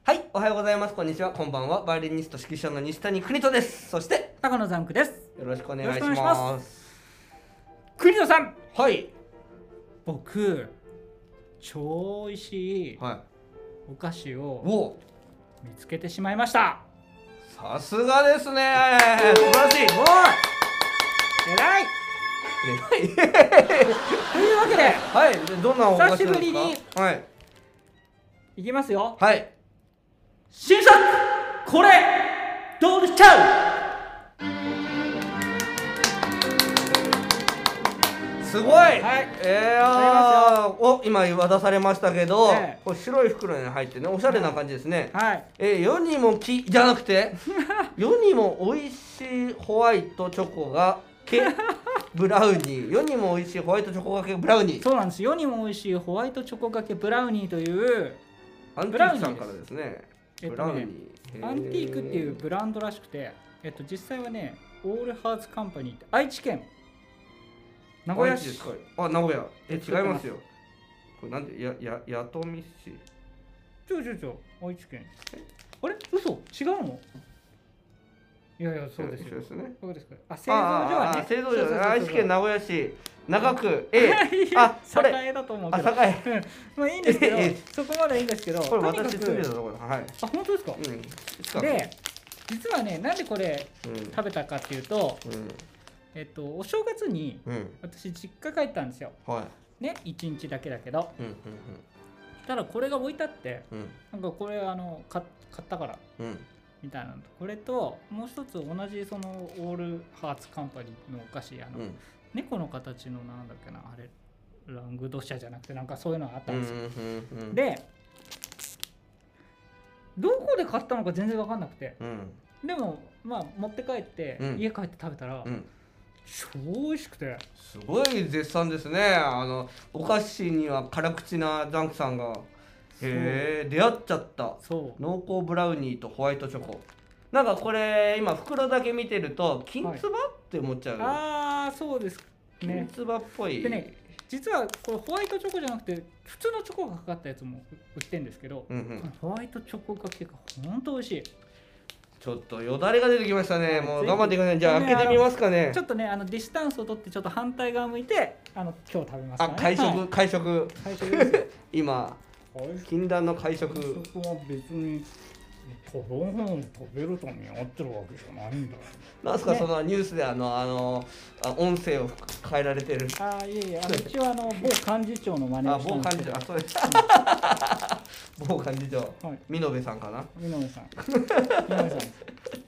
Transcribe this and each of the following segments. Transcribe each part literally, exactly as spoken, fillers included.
はい、おはようございます。こんにちは。こんばんは。バイオリニスト指揮者の西谷邦人です。そして高野ザンクです。 よろしくお願いしよろしくお願いしま。 ます国野さん、 はい僕超美味しいはお菓子い。 をお、 見つけてしまいました。 さすがですね。素晴らしい。 おい、偉い。 えらい。 というわけではい。でどんなお菓子なんですか。 久しぶりにはいいきますよ。 はい。 新作これどうでしちゃすごい。 はいえー、 ああーお今渡されましたけど、 ええこれ白い袋に入ってね、おしゃれな感じですね。 う。はいえー、世にもきじゃなくて世にも美味しいホワイトチョコがけブラウニー、世にも美味しいホワイトチョコがけブラウニー。 そうなんです。世にも美味しいホワイトチョコがけブラウニーというアンティークさんからですね。 えっとねブラウニー、 アンティークっていうブランドらしくて、えっと実際はね、オールハーツカンパニーって愛知県名古屋市愛知ですか。あ、名古屋。え、違い作ってまますすよ。これなんで、や、や、やとみ市。 ちょちょちょ愛知県。あれ嘘違うの。いやいやそうですよ。 一緒ですね。 そうですか。あ、製造所はね。 ああ、製造所、 そうそうそうそう愛知県名古屋市長区 A。あ、これ。 栄だと思うあ、 けど。 栄。 まあいいんですけどええ、 そこまでいいんですけど。 これとにかく私住んでたところだ。はい。 あ、本当ですか。 うん。近く。 で、実はね、なんでこれうん。 食べたかっていうと、 うん。 えっとお正月にうん。 私実家帰ったんですよ。 はい。 ね、いちにちだけだけど。 うん。うん。 ただこれが置いてあって、 うん。 なんかこれあの買買ったからうん。うん。 みたいなのと、これともう一つ同じそのオールハーツカンパニーのお菓子、あの、 うん。 猫の形のなんだっけな、あれラングドシャじゃなくてなんかそういうのがあったうんん。 ですよ。 うん。うん。 で、どこで買ったのか全然分かんなくて、 うん。 でもまあ持って帰って、 うん家帰って食べたら、 うん。 超美味しくて、 すごい絶賛ですね。あのお菓子には辛口なザンクさんが、へえ、出会っちゃった。 そう濃厚ブラウニーとホワイトチョコ。なんかこれ今袋だけ見てると金つばって思っちゃう。 ああそうです金ね。 つばっぽい。 でね、実はこれホワイトチョコじゃなくて普通のチョコがかかったやつも売ってるんですけど、 うんうん。 ホワイトチョコがけが本当美味しい。 ちょっとよだれが出てきましたね。もうぜひ我慢できません。じゃあね開けてみますかねちょ。っとね、あのディスタンスを取ってちょっと反対側向いて、あの今日食べますかあ、 らね。 会食、 はい、 会食。 会食ですよ。 今禁断の会食。 そこは別に食べ物食べるために合ってるわけじゃないんだよ。 なんすか、 ねそのニュースであのあのあ音声を変えられてる。 ああいえいえ、あの一応あの某幹事長の真似あ、 をした某幹事長、 んですけど。 あ、そうです。某幹事長、 はい、 美濃部さんかな。 みのめさん。みのめさんです。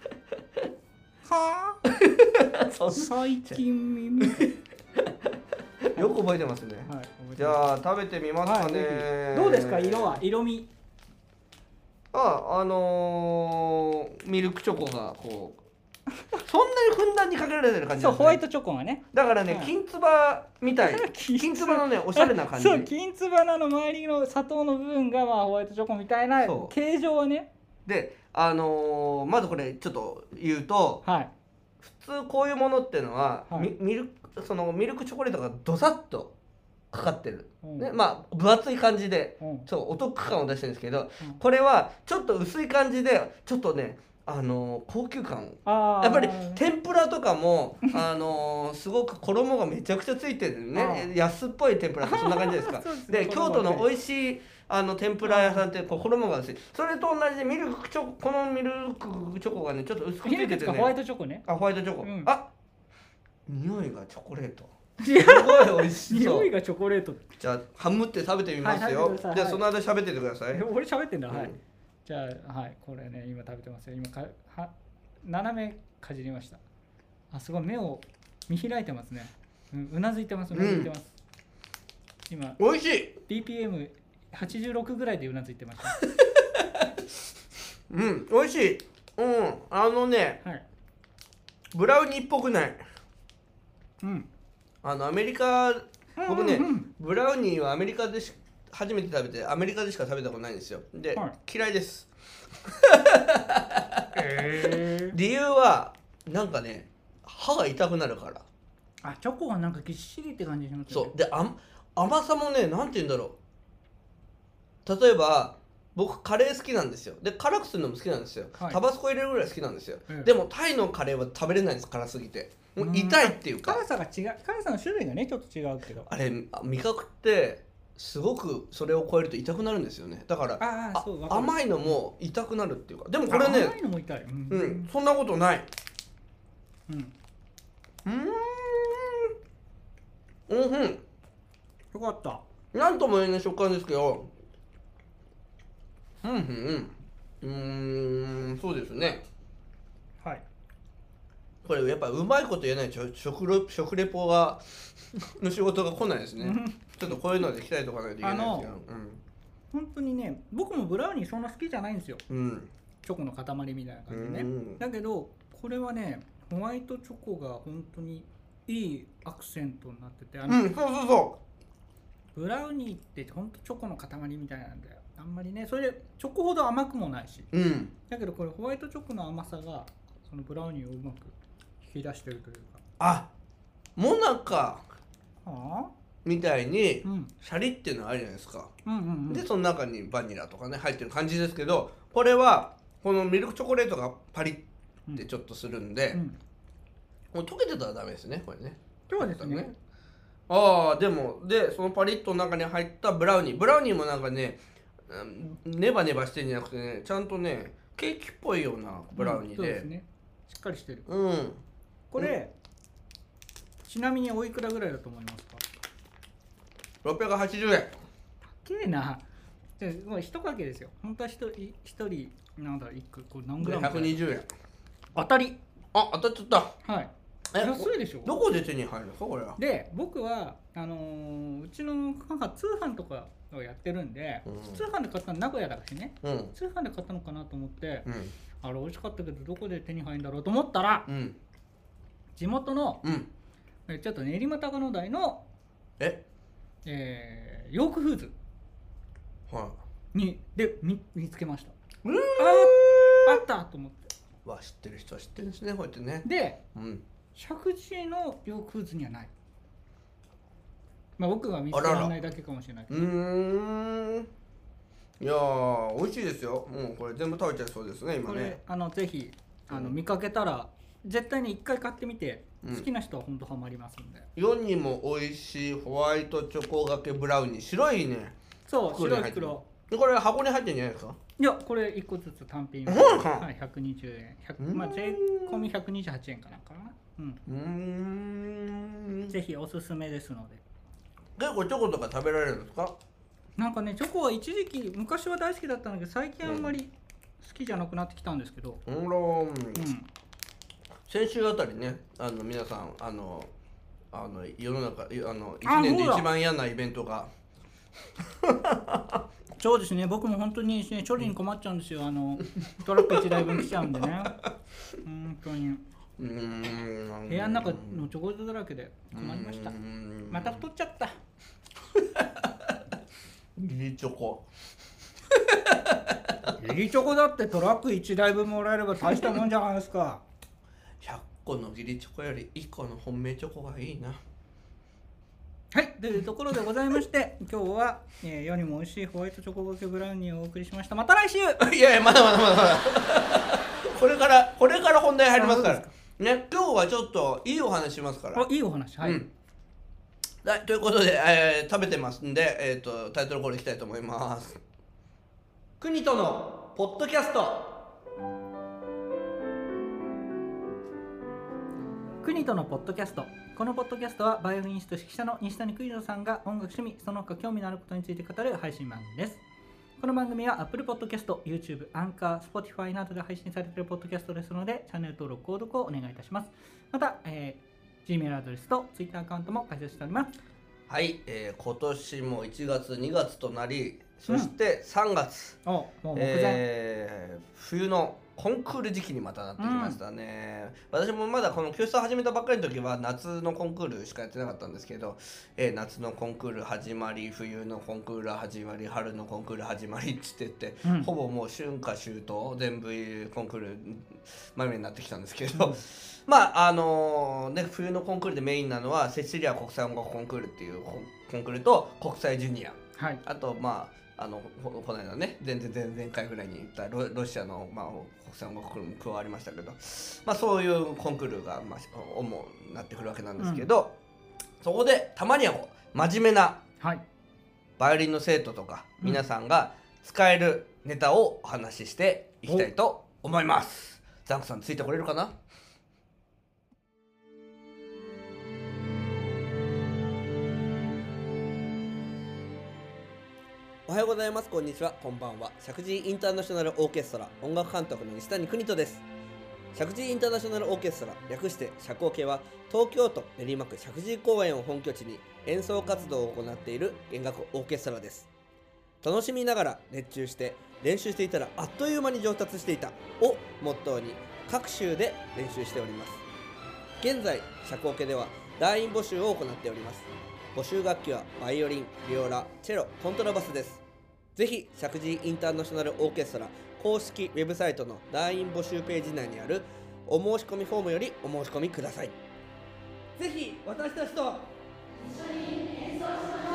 はあ。 そん最近耳。 よく覚えてますね。 はい。 じゃあ食べてみますかはい、ぜね。 ひどうですか、色は色味。 あ、あのー、ミルクチョコがこうそんなにふんだんにかけられてる感じですね。 そう、ホワイトチョコがね。 だからね、 はい金つばみたい。 金金つばのね、おしゃれな感じ。 そう、金つばなの周りの砂糖の部分がまあホワイトチョコみたいなそう形状はね。 で、あのー、まずこれちょっと言うと、 はい。 普通こういうものっていうのは、 はいミミルクそのミルクチョコレートがドサッとかかってる、 うんね、まあ分厚い感じでうん。 ちょっとお得感を出してるんですけど、 うんこれはちょっと薄い感じでちょっとね、あのー高級感。 ああ。 やっぱり天ぷらとかも、あのーすごく衣がめちゃくちゃついてるね。安っぽい天ぷらってそんな感じですか。 そうですねで、京都の美味しいあの天ぷら屋さんってこう衣が薄い。それと同じでミルクチョコ、このミルクチョコがねちょっと薄くつミいててね。 ルクとかホワイトチョコね。 あ、ホワイトチョコ。 うんあ、匂いがチョコレート。すごい美味しそう。 匂いがチョコレート。 じゃあハムって食べてみますよ。 はい食べてくださいじゃあその間喋っててください。 え俺喋ってんだ。はい。 うんじゃあはい、これね今食べてますよ。今かは斜めかじりました。あ、すごい目を見開いてますね。うん、うなずいてます。うなずいてます。今美味しい。 ビーピーエムはちじゅうろく ぐらいでうなずいてました。 うん、美味しい。うん、あのね、 はい。 ブラウニーっぽくない。 うん。 あのアメリカ、僕ね、 うんうんうんブラウニーはアメリカでし初めて食べて、アメリカでしか食べたことないんですよ。で、 はい嫌いです。 えー、 理由はなんかね、歯が痛くなるから。 あ、チョコがなんかぎっしりって感じしますよね。 そうで、あ甘さもね、なんて言うんだろう。例えば僕カレー好きなんですよ。で辛くするのも好きなんですよ、 はいタバスコ入れるぐらい好きなんですよ、 うんでもタイのカレーは食べれないんです、辛すぎて。もう痛いっていうか、 辛さが違う、辛さの種類がねちょっと違うけど、 あれ味覚ってすごくそれを超えると痛くなるんですよね。だからああそうわかる、 甘いのも痛くなるっていうか、でもこれね、 甘いのも痛い、うん、 うん、そんなことない。 うん、 うーん、うんうん、 よかった。 なんとも言えない食感ですけど、うんうんうんうーん、そうですね。 はい、 これやっぱうまいこと言えないと食レ食レポがの仕事が来ないですね。ちょっとこういうので鍛えとかないといけないですけど、 本当にね、僕もブラウニーそんな好きじゃないんですよ、 うん、うん、 チョコの塊みたいな感じでね、 うんだけどこれはねホワイトチョコが本当にいいアクセントになってて、あの、 うん、そうそうそブラウニーって本当チョコの塊みたいなんだよ。あんまりね、それでチョコほど甘くもないし、 う、うん、 だけどこれホワイトチョコの甘さがそのブラウニーをうまく引き出してるというか、 あ、モナカはあ、 みたいにうん、 シャリっていうのあるじゃないですか、 うんうんうんでその中にバニラとかね入ってる感じですけど、これはこのミルクチョコレートがパリッてちょっとするんで、 うん、 もう溶けてたらダメですねこれね。 そうですね。 ああでもでそのパリッとの中に入ったブラウニーブラウニーもなんかね、うんネバネバしてんじゃなくてね、ちゃんとねケーキっぽいようなブラウニーで、 うんそうですね。しっかりしてる。 うん、 これ、ちなみにおいくらぐらいだと思いますか？ ろっぴゃくはちじゅうえん。 高えな。でもう一かけですよ。本当は一人一人なんだろう一個これ何グでラム？ ひゃくにじゅうえん。 当たり。 あ、当たっちゃった。 はい。 え安いでしょ。 どこで手に入るのかこれは。 で僕はあのーうちの母通販とかをやってるんで、 うん通販で買ったの名古屋だしね、 うん通販で買ったのかなと思って、 うんあれ美味しかったけどどこで手に入るんだろうと思ったら、 うん地元のうん。 えちょっと練馬高野台の、 え、 えーヨークフーズはにで見見つけました。 い。うーん。 ああったと思ってわ、知ってる人は知ってるんですねこうやってね。 でうん。 石神井のヨークフーズにはない。まあ僕が見つけられないだけかもしれないけど。 うーん。いやー美味しいですよ。もうこれ全部食べちゃいそうですね今これね。 あのぜひあのうん見かけたら絶対に一回買ってみて、 うん好きな人は本当ハマりますんで。 世にも美味しいホワイトチョコがけブラウニー、白いね。 そう袋に入ってる白い袋。 でこれ箱に入ってるんじゃないですか。 いやこれ一個ずつ単品、 うんはい、ひゃくにじゅうえん、ひゃくうんまあ税込みひゃくにじゅうはちえんかなんかな。うん。 うーん。 ぜひおすすめですので。 結構チョコとか食べられるんですか。 なんかねチョコは一時期昔は大好きだったんだけど最近あんまり好きじゃなくなってきたんですけど。 うん。 うん。 先週あたりね、あの皆さんあのあの世の中あのあ一年でそうだ一番嫌なイベントが。 そうですね、僕も本当に、ね、処理に困っちゃうんですよ。あのトラックいちだいぶん来ちゃうんでね。本当にうーん。 部屋の中のチョコレートだらけで困りました。 うーんまた太っちゃった。 ギリチョコ。 ギリチョコだってトラックいちだいぶんもらえれば大したもんじゃないですか。 ひゃっこのギリチョコよりいっこの本命チョコがいいな。 はいというところでございまして今日は、えー世にも美味しいホワイトチョコがけブラウニーをお送りしました。また来週。 いやいやまだまだまだまだ。これからこれから本題入りますから。 あそうね、今日はちょっといいお話しますから。 あいいお話。はい、 うんはい、ということで、えー食べてますんで、えー、とタイトルコールいきたいと思います。国とのポッドキャスト。 国とのポッドキャスト。このポッドキャストはバイオリニスト指揮者の西谷邦人さんが音楽趣味その他興味のあることについて語る配信番組です。この番組は Apple Podcast、YouTube、Anchor、Spotify などで配信されているポッドキャストですのでチャンネル登録、購読をお願いいたします。また、えー、Gmail アドレスと Twitter アカウントも開設しております。 はい、えー今年もいちがつにがつとなり、そしてさんがつ、 おもう目前、 えー冬のコンクール時期にまたなってきましたね、私もまだこの教室を始めたばっかりの時は夏のコンクールしかやってなかったんですけど、えー夏のコンクール始まり、冬のコンクール始まり、春のコンクール始まりって言ってて、 うんほぼもう春夏秋冬全部コンクールまみれになってきたんですけど、まああのね、冬のコンクールでメインなのはセシリア国際音楽コンクールっていうコンクールと国際ジュニア、 はい、 あとまああのここの間ね全然前々回ぐらいに言ったロロシアの、まあ、国際音楽コンクールも加わりましたけど、まあ、そういうコンクールが、まあ、主になってくるわけなんですけど、うん、そこでたまにはこう真面目なバイオリンの生徒とか皆さんが使えるネタをお話ししていきたいと思います。ザンクさんついてこれるかな？おはようございます。こんにちは。こんばんは。石神井インターナショナルオーケストラ音楽監督の西谷邦人です。石神井インターナショナルオーケストラ、略して社交系は東京都練馬区石神井公園を本拠地に演奏活動を行っている弦楽オーケストラです。楽しみながら熱中して練習していたらあっという間に上達していたをモットーに各州で練習しております。現在社交系では団員募集を行っております。募集楽器はバイオリン、ビオラ、チェロ、コントラバスです。ぜひ石神井インターナショナルオーケストラ公式ウェブサイトの団員募集ページ内にあるお申し込みフォームよりお申し込みください。ぜひ私たちと一緒に演奏しましょう。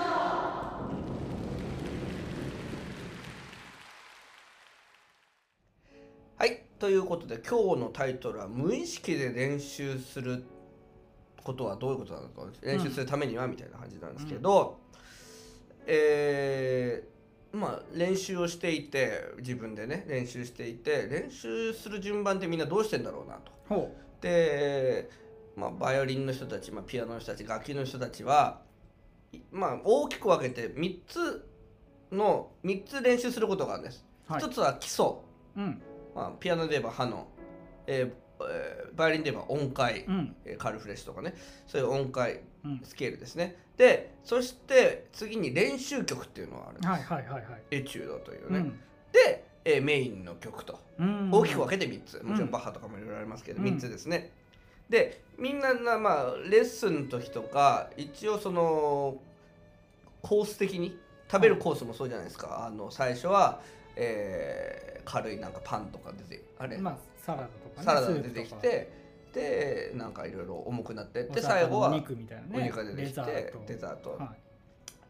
はい、ということで今日のタイトルは無意識で練習することはどういうことなのか、練習するためにはみたいな感じなんですけど、うん、えー、まあ練習をしていて自分でね練習していて練習する順番ってみんなどうしてんだろうなと。ほうで、まあ、バイオリンの人たち、まあ、ピアノの人たち、楽器の人たちは、まあ、大きく分けてみっつのみっつ練習することがあるんです。はい、ひとつは基礎、うんまあ、ピアノで言えばハノン、えーえー、バイオリンで言えば音階、うん、カルフレッシュとかね、そういう音階、うん、スケールですね。でそして次に練習曲っていうのがあるんです。はいはいはいはい、エチュードというね、うん、で、えー、メインの曲と、うんうん、大きく分けてみっつ、もちろんバッハとかもいろいろありますけど、うん、みっつですね。でみんなな、まあ、レッスンの時とか一応そのコース的に食べるコースもそうじゃないですか、はい、あの最初は、えー、軽いなんかパンとか出てあれ、まあ、サラダとか、ね、サラダが出てきてでなんかいろいろ重くなってで最後はお肉みたいな、ね、お肉が出てきてデザート、はい、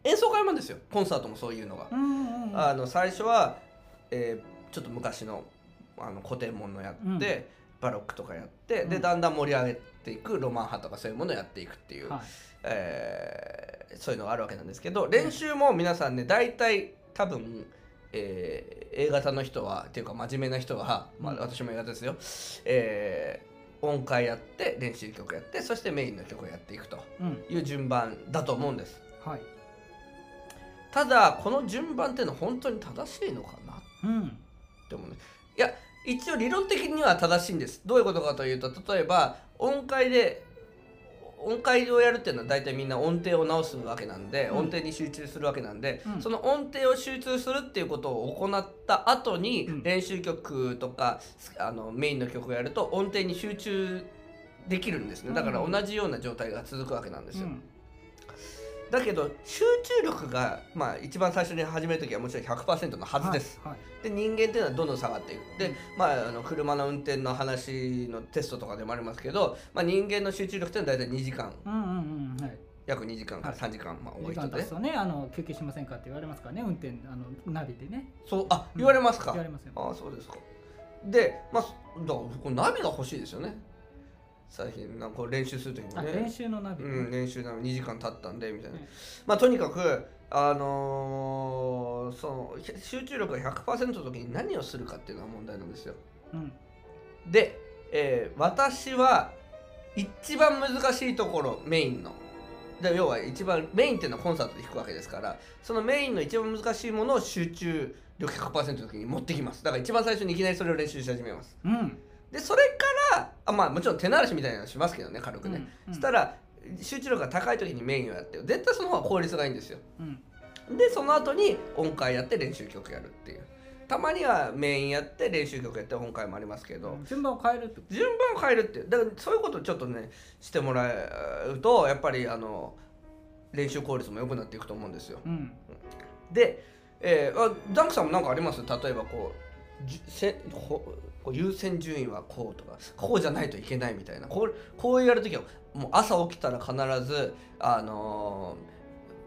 演奏会もあるんですよ。コンサートもそういうのが、うんうんうん、あの最初は、えー、ちょっと昔の、あの古典物のやって、うん、バロックとかやって、うん、でだんだん盛り上げていくロマン派とかそういうものをやっていくっていう、はい、えー、そういうのがあるわけなんですけど、練習も皆さんね大体多分、えー、A 型の人はっていうか真面目な人は、まあ、私も A 型ですよ、えー、音階やって練習曲やってそしてメインの曲をやっていくという順番だと思うんです、うんはい、ただこの順番っていうのは本当に正しいのかな、うん、でもねいや一応理論的には正しいんです。どういうことかというと例えば音階で音階をやるっていうのは大体みんな音程を直すわけなんで、うん、音程に集中するわけなんで、うん、その音程を集中するっていうことを行った後に、うん、練習曲とかあのメインの曲をやると音程に集中できるんですね。だから同じような状態が続くわけなんですよ、うん、だけど集中力が、まあ、一番最初に始めるときはもちろん ひゃくパーセント のはずです、はいはい、で人間っていうのはどんどん下がっていくで、まあ、あの車の運転の話のテストとかでもありますけど、まあ、人間の集中力っていうのは大体にじかん、うんうんうんはい、約にじかんからさんじかん、はいまあ、多い人で、ね、とねあの休憩しませんかって言われますからね運転あのナビでねそうあ言われますか、うん、言われますよあそうですかで、まあ、だからこのナビが欲しいですよね最近なんか練習するときもね練習のナビ、うん、練習ナビにじかん経ったんでみたいな、うん、まあとにかくあのー、その集中力が ひゃくパーセント の時に何をするかっていうのが問題なんですよ、うん、で、えー、私は一番難しいところメインので要は一番メインっていうのはコンサートで弾くわけですからそのメインの一番難しいものを集中力 ひゃくパーセント の時に持ってきます。だから一番最初にいきなりそれを練習し始めます、うんでそれからあ、まあ、もちろん手慣らしみたいなのしますけどね軽くね、うんうん、したら集中力が高い時にメインをやって絶対その方が効率がいいんですよ、うん、でその後に音階やって練習曲やるっていうたまにはメインやって練習曲やって音階もありますけど、うん、順番を変えるって順番を変えるってだからそういうことをちょっとねしてもらうとやっぱりあの練習効率も良くなっていくと思うんですよ、うん、で、えー、ダンクさんも何かあります？例えばこうせこう優先順位はこうとかこうじゃないといけないみたいなこう、こうやるときはもう朝起きたら必ずあの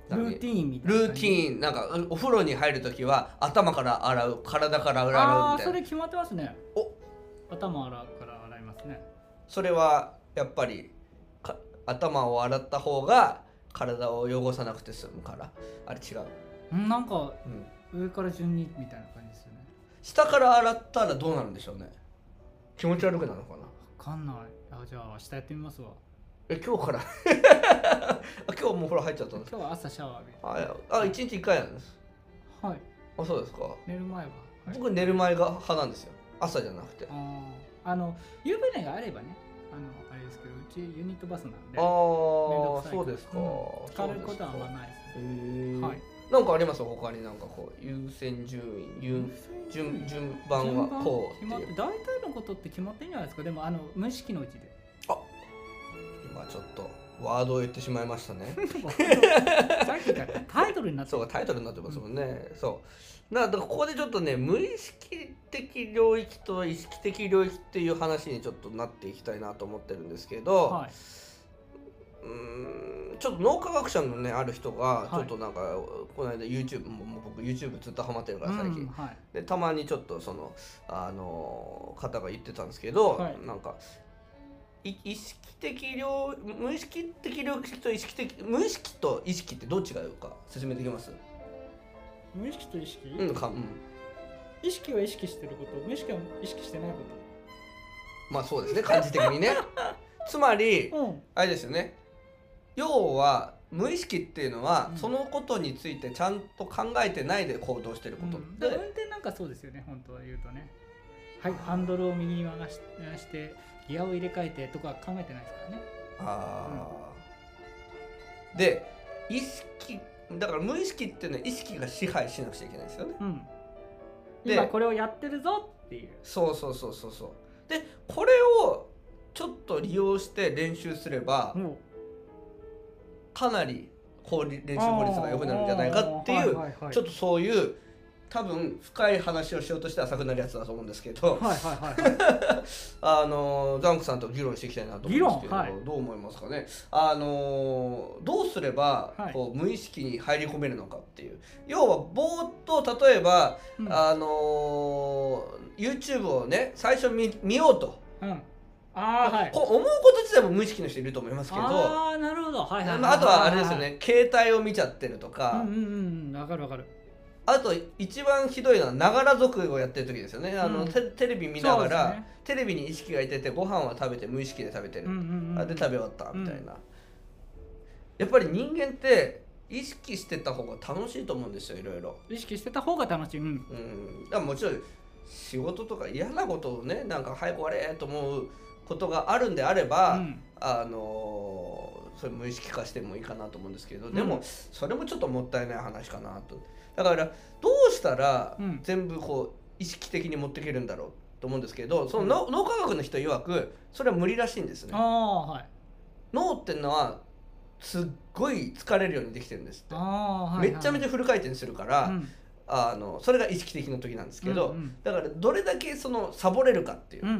ルーティーンみたいなルーティーン、なんかお風呂に入るときは頭から洗う、体から洗うみたいあな。 あそれ決まってますね。 お頭洗うから洗いますね。 それはやっぱりか頭を洗った方が体を汚さなくて済むから。あれ違う、 うんなんかうん、 上から順にみたいな感じですよね。 下から洗ったらどうなるんでしょうね。気持ち悪くなるのかな。 わかんない。あじゃあ明日やってみますわ。 え今日からあ今日もうお風呂入っちゃったんですか。 今日は朝シャワー浴びる。 ああ一日一回なんです。 はい。 あそうですか。 寝る前は、はい、 僕寝る前が派なんですよ、朝じゃなくて。 ああの湯船があればね、あのあれですけど、うちユニットバスなんで。 ああそうですか、 うん、疲れることはあんまないですね。 へえ、 はい。 なんかあります他になんかこう優先順位順順順番はこうっていう。 大体のことって決まってんじゃないですか。でもあの無意識のうちで。 あ今ちょっとワードを言ってしまいましたねさっきからタイトルになってそうタイトルになってますもんね、うん、そうだからここでちょっとね無意識的領域と意識的領域っていう話にちょっとなっていきたいなと思ってるんですけど、はい、うーんちょっと脳科学者のねある人がちょっとなんか、はい、この間 YouTube ももう僕 YouTube ずっとハマってるから最近、うんはい、でたまにちょっとそのあの方が言ってたんですけど、はい、なんか意識的領無意識的領域と意識的無意識と意識ってどう違うか説明できます？ 無意識と意識？ うんか、うん、 意識は意識してること、無意識は意識してないこと。 まあそうですね感じ的にねつまり、うん、あれですよね、要は無意識っていうのは、うん、そのことについてちゃんと考えてないで行動してること、うん、 で運転なんかそうですよね本当は言うとね。はいハンドルを右に回し、回してギアを入れ替えてとか考えてないですからね。 あ、うん、で意識だから無意識っていうのは意識が支配しなくちゃいけないですよね、うん、 で今これをやってるぞっていう。 そうそうそうそうそう。でこれをちょっと利用して練習すれば、うん、かなり効率練習効率が良くなるんじゃないかっていう、はいはいはい、ちょっとそういう多分深い話をしようとして浅くなるやつだと思うんですけど、はいはいはいはい、あのザンクさんと議論していきたいなと思うんですけど、はい、どう思いますかね。あのどうすればこう無意識に入り込めるのかっていう、要はぼーっと例えば、うん、あの YouTube をね最初 見, 見ようと、うん、あ, はい、こう思うこと自体も無意識の人いると思いますけど、 あなるほど、はいはいはい、 あとはあれですよね、携帯を見ちゃってるとか、 うんうんうん、分かる分かる。 あと一番ひどいのはながら族をやってる時ですよね。あの、うん、テ, テレビ見ながら、ね、テレビに意識がいててご飯は食べて無意識で食べてる、うんうんうん、で食べ終わったみたいな、うん、やっぱり人間って意識してた方が楽しいと思うんですよ。いろいろ意識してた方が楽しい、うん、 うん、だからもちろん仕事とか嫌なことをねなんか早く終われと思うことがあるんであれば、うん、あのそれ無意識化してもいいかなと思うんですけど、うん、でもそれもちょっともったいない話かなと。だからどうしたら全部こう意識的に持っていけるんだろうと思うんですけど、その脳科学の人曰くそれは無理らしいんですね。あ、はい、脳っていうのはすっごい疲れるようにできてるんですって。あ、はいはい、めちゃめちゃフル回転するから、うん、あのそれが意識的な時なんですけど、うんうん、だからどれだけそのサボれるかっていう、うんうんうん、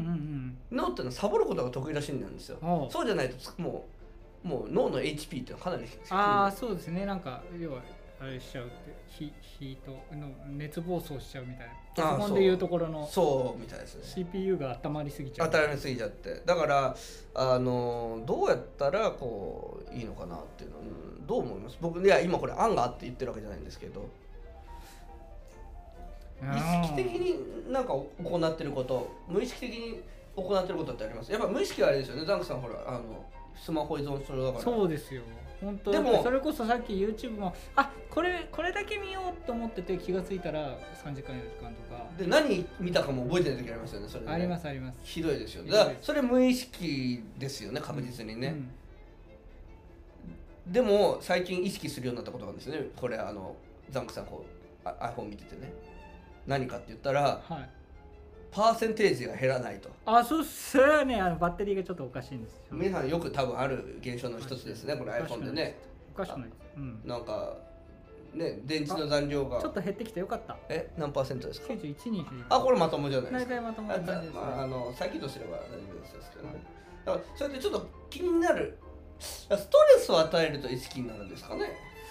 脳っていうのはサボることが得意らしいんですよ。そうじゃないともうもう脳の エイチピー っていうのはかなり低い。 ああそうですね、なんか要はあれしちゃうってヒヒートの熱暴走しちゃうみたいな、パソコンでいうところのそうみたいですね。 シーピーユー が温まりすぎちゃう温まりすぎちゃって、だからあのどうやったらこういいのかなっていうの、うん、どう思います？僕いや今これ案があって言ってるわけじゃないんですけど、意識的になんか行ってること、無意識的に行ってることってあります？やっぱ無意識はあれですよね。ザンクさんほらあのスマホ依存症だから。 そうですよ本当。でもそれこそさっき YouTube もあこれこれだけ見ようと思ってて気がついたらさんじかんよじかんとかで何見たかも覚えてない時ありますよね。それねありますあります。 ひどいですよ。だからそれ無意識ですよね確実にね、うんうん、でも最近意識するようになったことなんですね。これあのザンクさんこう iPhone 見ててね、何かって言ったら、はい、パーセンテージが減らないと。 あ、そうっすよね。あのバッテリーがちょっとおかしいんですよ。 皆さんよく多分ある現象の一つですね。これ iPhone でね。 おかしくないです。うん、 なんかね電池の残量がちょっと減ってきてよかった。 え何パーセントですか？ きゅうじゅういちに減ります。 あこれまともじゃないですか。 大体まともな感じです、ね。 まああの先とすれば大丈夫ですけど、ね、だからそれでちょっと気になる。ストレスを与えると意識になるんですかね。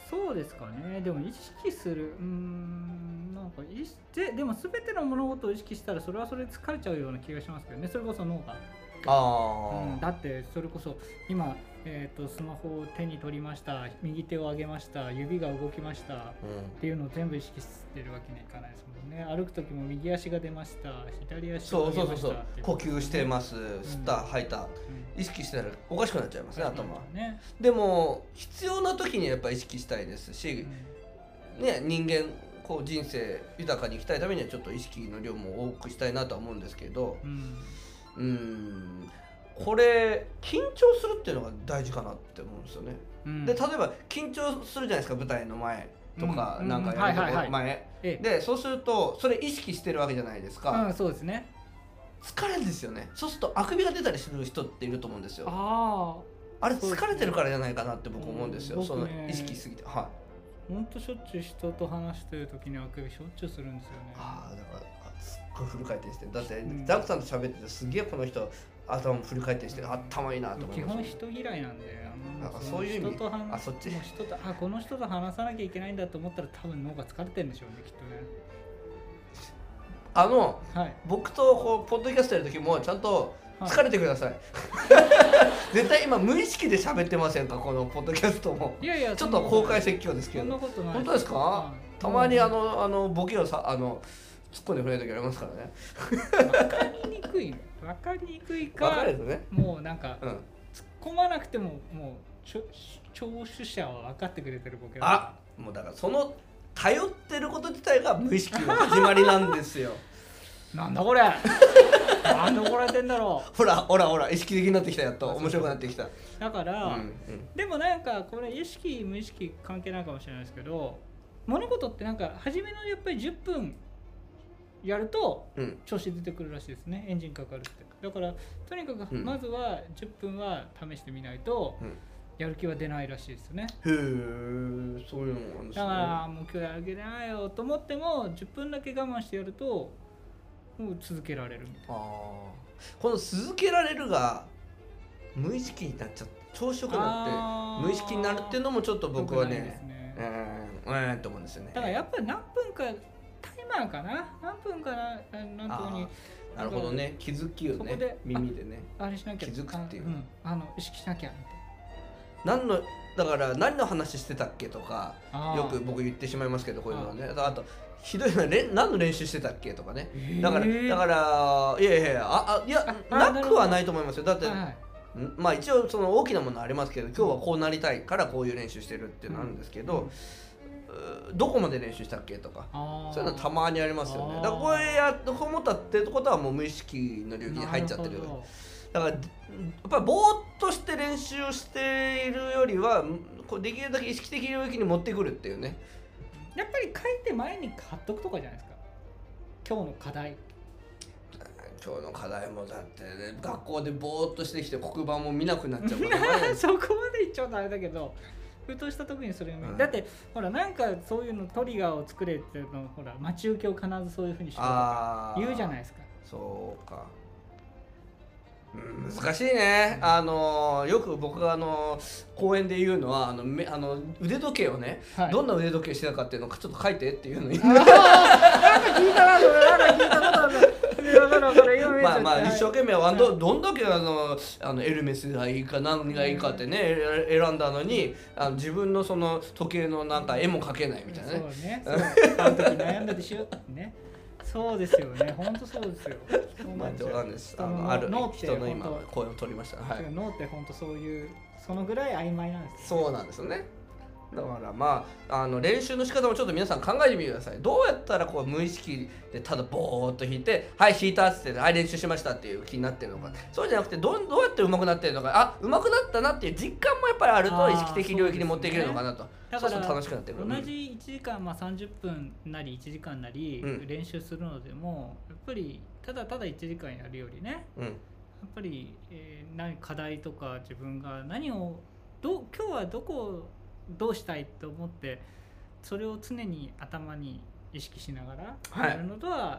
そうですかね。でも意識する、うーん、なんか意識で、でも全ての物事を意識したらそれはそれで疲れちゃうような気がしますけどね。それこそ脳が。 あうん、だってそれこそ今、えー、とスマホを手に取りました、右手を上げました、指が動きましたっうんていうのを全部意識してるわけにはいかないですもんね。歩く時も右足が出ました、左足そうを上げましたそうそうそうってい呼吸してす、 ます吸った吐いたうん意識したらおかしくなっちゃいますね頭ね、 でも必要な時にやっぱ意識したいですし、ね、人間こう人生豊かに生きたいためにはちょっと意識の量も多くしたいなとは思うんですけど、 うんうーんこれ緊張するっていうのが大事かなって思うんですよね。 うんで例えば緊張するじゃないですか舞台の前とか、 うんなんかうんやるとはいはいはい前ええでそうするとそれ意識してるわけじゃないですか、 うん、そうですね。 疲れるんですよね。そうするとあくびが出たりする人っていると思うんですよ。 ああ、 あれそうですね疲れてるからじゃないかなって僕思うんですよ、 うんその僕ね意識しすぎて。はいほんとしょっちゅう人と話してる時にあくびしょっちゅうするんですよね。 ああだからあすっごいフル回転してるだって、 うんザクさんと喋っててすげえこの人頭もフル回転してる頭いいなと思い基本ます。 人嫌いなんで、あのなんかそういう意味人と話あそっちもう人とあこの人と話さなきゃいけないんだと思ったら多分脳が疲れてるんでしょうね、きっとね。 あのはい。 僕とこうポッドキャストやる時もちゃんと疲れてください、絶対今無意識で喋ってませんかこのポッドキャストも。 いやいや、 ちょっと公開説教ですけそんなど。 ことない。 本当ですか、 はいたまにあのあのボケをさあの突っ込んでくれる時ありますからね。 分かりにくいの。分かりにくいか。 わかるですね。 もうなんか、 うん。 突っ込まなくてももうちょ聴取者は分かってくれてるボケだ。 あ、もうだからその頼ってること自体が無意識の始まりなんですよ。 なんだこれ。なんで怒られてんだろほらほらほら意識的になってきたやっと面白くなってきた。 う。だから、 うんうんでもなんかこれ意識無意識関係ないかもしれないですけど、物事ってなんか初めのやっぱりじゅっぷんやるとうん調子出てくるらしいですね、エンジンかかるって。だからとにかくうんまずはじゅっぷんは試してみないとうん。 やる気は出ないらしいですよね。 へえ、そういうのもあるんですね。 だからもう今日やる気出ないよと思ってもじゅっぷんだけ我慢してやるともう続けられるみたいああ、この続けられるが無意識になっちゃって調子よくなあーって無意識になるっていうのもちょっとな。 僕は良くないですね、 ねうん、うんって思うんですよね。 だからやっぱり何分かタイマーかな、何分かな、何分になるほどね、気づきをねそこで耳でね。 あれしなきゃ、 気づくっていうあ,、ん、あの意識しなきゃみたい何のだから何の話してたっけとかな。あーよく僕言ってしまいますけどこういうのはね。あとひどいのはれ何の練習してたっけとかね。 えーだからだからいやいやいやああいやあなくはないと思いますよ。だってはいはいんまあ一応その大きなものありますけど今日はこうなりたいからこういう練習してるっていうのあるんですけど、うどこまで練習したっけとかあーそういうのたまにありますよね。だからこれやっとこう思ったってことはもう無意識の領域に入っちゃってる。 なほだからやっぱりぼーっとして練習をしているよりはこうできるだけ意識的領域に持ってくるっていうね。 どやっぱり書いて前に貼っとくとかじゃないですか、今日の課題。 今日の課題もだって、ね、学校でぼーっとしてきて黒板も見なくなっちゃうからね。 そこまで言っちゃうとあれだけど、ふとした時にそれを見る、 うんだってほらなんかそういうのトリガーを作れっていうのほら待ち受けを必ずそういうふうにしろとかあー言うじゃないですか。 そうか。うん難しいね。あのよく僕があの講演で言うのはあのめあの腕時計をね、 はいどんな腕時計してたかっていうのをちょっと書いてっていうのにあーなんか聞いたなそれ、なんか聞いたことある。分かる分かる、今見えちゃったまあまあ一生懸命ははいどどんだけあのあのエルメスがいいか何がいいかってねえ選んだのにあの自分のその時計のなんか絵も描けないみたいなね。 そうね。そうあの時悩んだでしょってね。そうですよね。本当そうですよ。そうまあなんですよ冗談です。あ人ののある脳って人の今本当声を取りました。はい。 脳って本当そういうそのぐらい曖昧なんですよ。 そうなんですよね。だからまああの練習の仕方もちょっと皆さん考えてみてください。どうやったらこう無意識でただボーっと弾いて「はい弾いた」っつって「はい練習しました」っていう気になってるのか、そうじゃなくてどんどうやって上手くなってるのか、あ上手くなったなっていう実感もやっぱりあるとあー意識的領域に持っていけるのかなと。 だからそうすると楽しくなってくる。 同じいちじかん、まあ、さんじゅっぷんなりいちじかんなりうん練習するのでも、やっぱりただただいちじかんやるよりね、 うん、うんやっぱり、えー何課題とか自分が何をどう今日はどこをどうしたいと思ってそれを常に頭に意識しながはいらやるのとは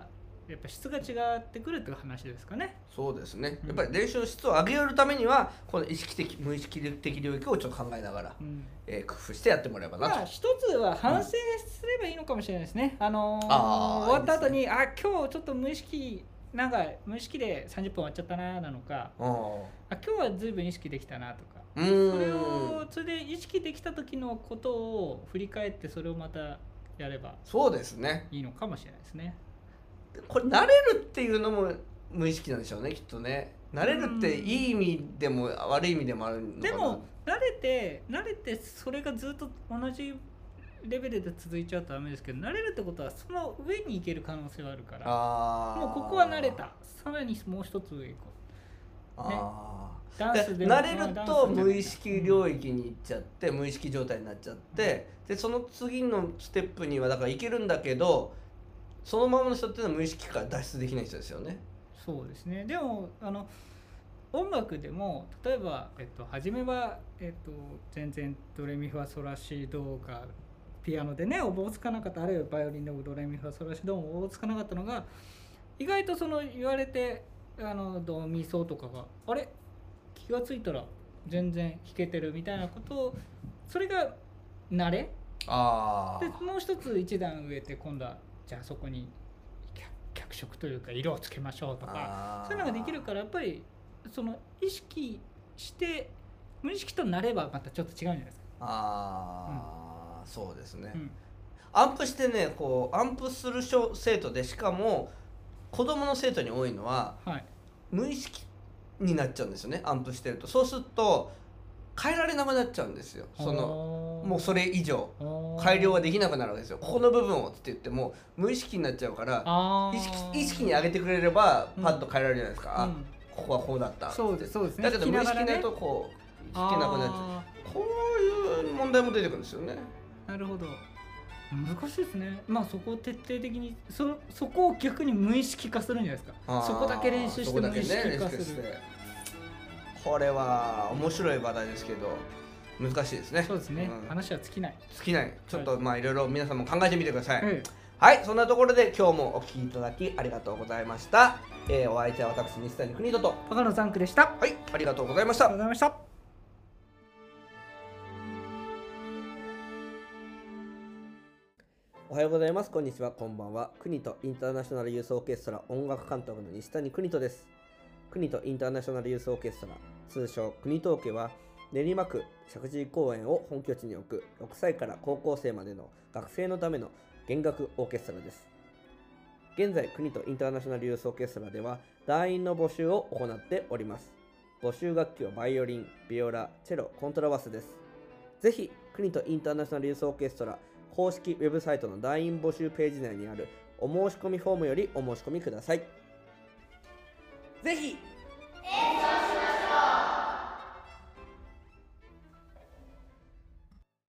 やっぱ質が違ってくるっていう話ですかね。 そうですね、 うんやっぱり練習の質を上げるためにはこの意識的無意識的領域をちょっと考えながら、 うんえー工夫してやってもらえばなと、 まあ一つは反省すればいいのかもしれないですね。あのーあー終わった後にいいあ今日ちょっと無意識なんか無意識でさんじゅっぷん終わっちゃったななのか、 うんあ今日は随分意識できたなとか、 うーんそれをそれで意識できた時のことを振り返ってそれをまたやればそうですね。 いいのかもしれないですね。 これ慣れるっていうのも無意識なんでしょうね、きっとね。慣れるっていい意味でも悪い意味でもあるのかな。 でも慣れて慣れてそれがずっと同じレベルで続いちゃうとダメですけど、慣れるってことはその上に行ける可能性はあるから、 あもうここは慣れた、さらにもう一つ上行こう。ねあダンスでで慣れると無意識識領域に行っちゃって、無意識状態になっちゃって、でその次のステップにはだから行けるんだけど、そのままの人っていうのは無意識から脱出できない人ですよね。 そうですね。でもあの音楽でも例えば、えっと、初めは、えっと、全然ドレミファソラシドがピアノでねおぼつかなかった、あるいはバイオリンでもドレミファソラシドもおぼつかなかったのが、意外とその言われてあのドミソとかがあれ気がついたら全然弾けてるみたいなことを、それが慣れあで、もう一つ一段上って今度はじゃあそこに脚脚色というか色をつけましょうとか、 あそういうのができるから、やっぱりその意識して無意識となればまたちょっと違うんじゃないですか。 あー、そうですね、 うんアンプしてね、こうアンプする小生徒で、しかも子供の生徒に多いのははい、 無意識になっちゃうんですよね、アンプしてると。そうすると変えられなくなっちゃうんですよ。そのもうそれ以上改良ができなくなるわけですよ。ここの部分をって言っても無意識になっちゃうから、意識意識に上げてくれればパッと変えられるじゃないですか、 うんあここはこうだったって。 そうですそうですね。 だけど無意識になる弾きとこう弾けなくなっちゃう。 あこういう問題も出てくるんですよね。 ーなるほど、難しいですね。まあそこを徹底的に そ, そこを逆に無意識化するんじゃないですか。 あーそこだけ練習して無意識化する、 そこだけね練習してこれは面白い話題ですけど難しいですね。 そうですね、 うん話は尽きない。 尽きない。ちょっとまあいろいろ皆さんも考えてみてください。 えはい、そんなところで今日もお聞きいただきありがとうございました。えーお相手は私西谷邦人と、 高野ザンクでした。あはい、ありがとうございましたりがとうご。ざいました。 おはようございます。こんにちは。こんばんは。国とインターナショナルユースオーケストラ音楽監督の西谷邦人です。国とインターナショナルユースオーケストラ、通称国東家は練馬区石神井公園を本拠地に置くろくさいから高校生までの学生のための弦楽オーケストラです。現在、国とインターナショナルユースオーケストラでは団員の募集を行っております。募集楽器はバイオリン、ビオラ、チェロ、コントラバスです。ぜひ、国とインターナショナルユースオーケストラ公式ウェブサイトの団員募集ページ内にあるお申し込みフォームよりお申し込みください。ぜひ演奏